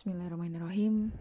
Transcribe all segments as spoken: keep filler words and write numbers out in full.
Bismillahirrahmanirrahim.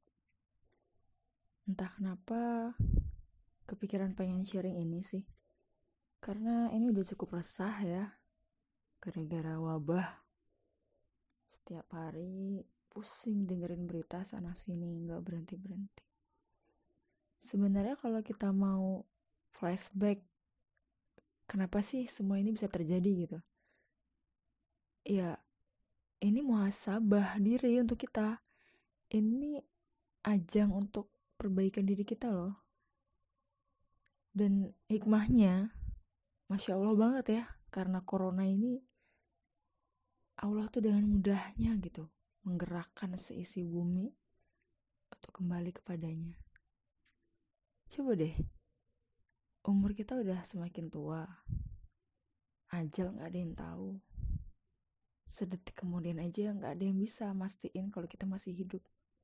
Entah kenapa kepikiran pengen sharing ini sih. Karena ini udah cukup resah ya. Gara-gara wabah. Setiap hari pusing dengerin berita sana sini, gak berhenti-berhenti. Sebenarnya kalau kita mau flashback, kenapa sih semua ini bisa terjadi gitu? Ya, ini muhasabah diri untuk kita. Ini ajang untuk perbaikan diri kita loh. Dan hikmahnya, Masya Allah banget ya, karena corona ini Allah tuh dengan mudahnya gitu menggerakkan seisi bumi untuk kembali kepadanya. Coba deh, umur kita udah semakin tua, ajal gak ada yang tahu. Sedetik kemudian aja gak ada yang bisa mastiin kalau kita masih hidup.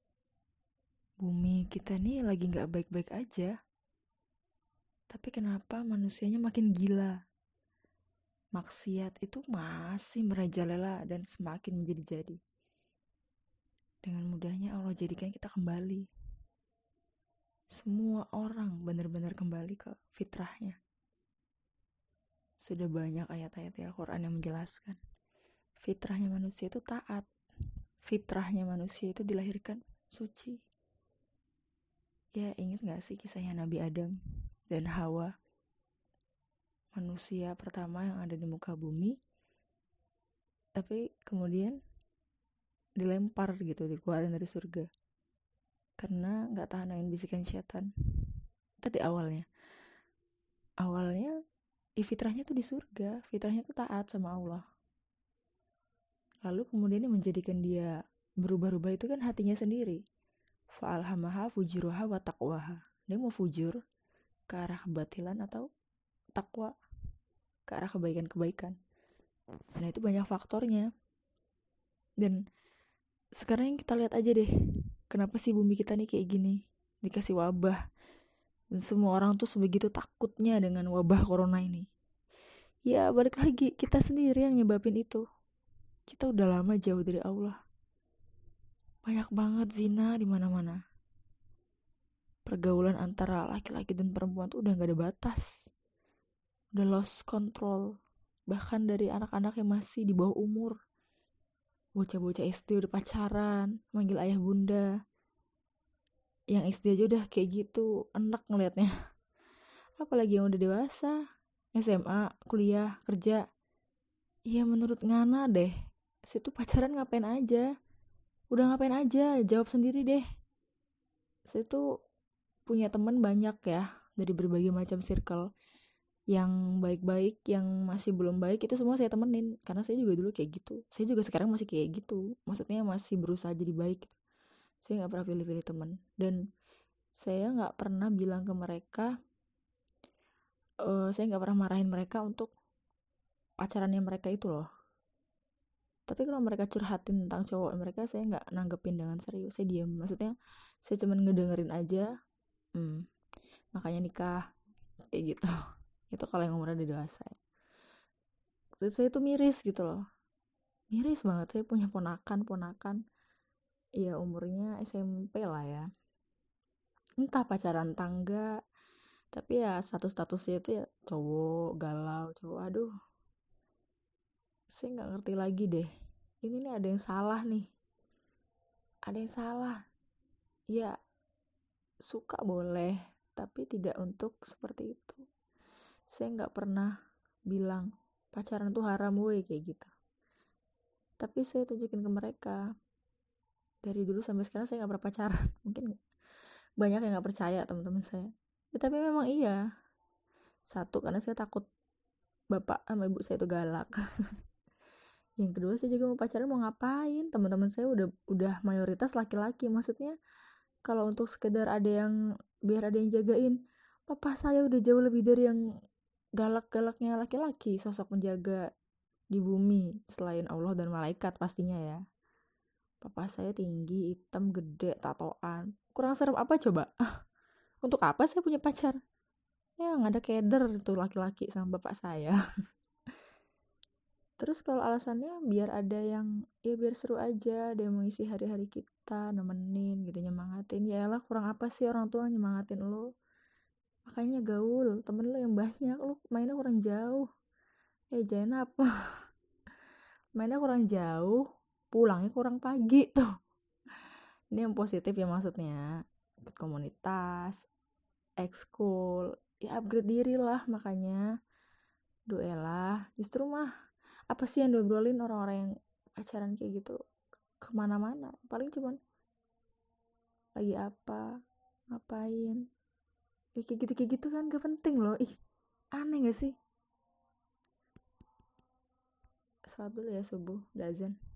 Bumi kita nih lagi gak baik-baik aja. Tapi kenapa manusianya makin gila? Maksiat itu masih merajalela dan semakin menjadi-jadi. Dengan mudahnya Allah jadikan kita kembali. Semua orang benar-benar kembali ke fitrahnya. Sudah banyak ayat-ayat Al-Quran yang menjelaskan. Fitrahnya manusia itu taat. Fitrahnya manusia itu dilahirkan suci. Ya, ingat gak sih kisahnya Nabi Adam dan Hawa? Manusia pertama yang ada di muka bumi. Tapi kemudian dilempar gitu, dikeluarin dari surga. Karena gak tahan dengan bisikan syaitan. Tadi awalnya. Awalnya, ya fitrahnya tuh di surga. Fitrahnya tuh taat sama Allah. Lalu kemudian yang menjadikan dia berubah-ubah itu kan hatinya sendiri. Fa'alhamaha fujuruha wa taqwaha. Dia mau fujur ke arah kebatilan atau takwa, ke arah kebaikan-kebaikan. Nah itu banyak faktornya. Dan sekarang yang kita lihat aja deh, kenapa sih bumi kita nih kayak gini, dikasih wabah. Dan semua orang tuh sebegitu takutnya dengan wabah corona ini. Ya balik lagi, kita sendiri yang nyebabin itu. Kita udah lama jauh dari Allah. Banyak banget zina di mana-mana. Pergaulan antara laki-laki dan perempuan tuh udah gak ada batas. Udah lost control. Bahkan dari anak-anak yang masih di bawah umur. Bocah-bocah S D udah pacaran, manggil ayah bunda. Yang S D aja udah kayak gitu, enak ngeliatnya. Apalagi yang udah dewasa, S M A, kuliah, kerja. Ya menurut Ngana deh, situ pacaran ngapain aja? Udah ngapain aja? Jawab sendiri deh. Situ punya teman banyak ya, dari berbagai macam circle. Yang baik-baik, yang masih belum baik, itu semua saya temenin. Karena saya juga dulu kayak gitu. Saya juga sekarang masih kayak gitu. Maksudnya masih berusaha jadi baik gitu. Saya gak pernah pilih-pilih teman. Dan saya gak pernah bilang ke mereka, uh, saya gak pernah marahin mereka untuk pacarannya mereka itu loh. Tapi kalau mereka curhatin tentang cowok mereka, saya gak nanggepin dengan serius. Saya diam. Maksudnya saya cuma ngedengerin aja. Hmm, makanya nikah. Kayak gitu. Itu kalau yang umurnya udah dewasa. Saya, saya tuh miris gitu loh. Miris banget. Saya punya ponakan-ponakan. Ya umurnya S M P lah ya. Entah pacaran tangga. Tapi ya status-statusnya itu ya cowok, galau, cowok. Aduh. Saya gak ngerti lagi deh. Ini nih ada yang salah nih. Ada yang salah. Ya suka boleh. Tapi tidak untuk seperti itu. Saya gak pernah bilang pacaran tuh haram weh kayak gitu. Tapi saya tunjukin ke mereka. Dari dulu sampai sekarang saya gak pernah pacaran. Mungkin banyak yang gak percaya teman-teman saya. Ya, tapi memang iya. Satu, karena saya takut bapak sama ibu saya itu galak. Yang kedua, saya juga mau pacaran mau ngapain? Teman-teman saya udah udah mayoritas laki-laki. Maksudnya kalau untuk sekedar ada yang biar ada yang jagain, papa saya udah jauh lebih dari yang galak-galaknya laki-laki, sosok penjaga di bumi selain Allah dan malaikat pastinya ya. Papa saya tinggi, hitam, gede, tatoan. Kurang serem apa coba? Untuk apa saya punya pacar? Ya nggak ada keder tuh laki-laki sama bapak saya. Terus kalau alasannya biar ada yang, ya biar seru aja, ada yang mengisi hari-hari kita, nemenin gitu, nyemangatin. Ya elah, kurang apa sih orang tua nyemangatin lo? Makanya gaul, temen lo yang banyak, lo mainnya kurang jauh. Eh jangan apa, mainnya kurang jauh, pulangnya kurang pagi tuh. Ini yang positif ya maksudnya, ikut komunitas, ekskul, ya upgrade diri lah. Makanya doelah, justru mah apa sih yang diobrolin orang-orang yang pacaran kayak gitu kemana-mana, paling cuman lagi apa, ngapain, ya kayak gitu kayak gitu kan gak penting loh. Ih, aneh gak sih? Salat dulu ya, subuh, udah azan.